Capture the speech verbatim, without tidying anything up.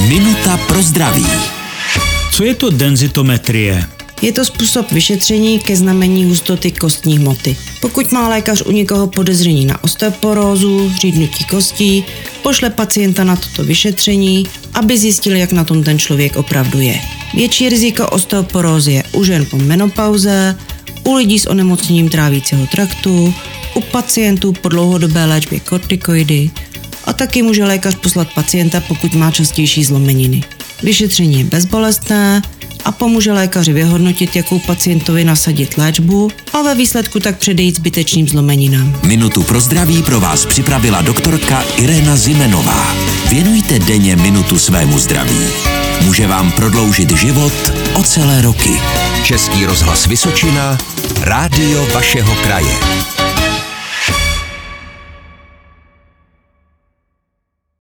Minuta pro zdraví. Co je to denzitometrie? Je to způsob vyšetření ke znamení hustoty kostní hmoty. Pokud má lékař u někoho podezření na osteoporózu, zřídnutí kostí, pošle pacienta na toto vyšetření, aby zjistil, jak na tom ten člověk opravdu je. Větší riziko osteoporózy je u žen po menopauze, u lidí s onemocněním trávicího traktu, u pacientů po dlouhodobé léčbě kortikoidy a taky může lékař poslat pacienta, pokud má častější zlomeniny. Vyšetření je bezbolestné a pomůže lékaři vyhodnotit, jakou pacientovi nasadit léčbu a ve výsledku tak předejít zbytečným zlomeninám. Minutu pro zdraví pro vás připravila doktorka Irena Zimenová. Věnujte denně minutu svému zdraví. Může vám prodloužit život o celé roky. Český rozhlas Vysočina, rádio vašeho kraje.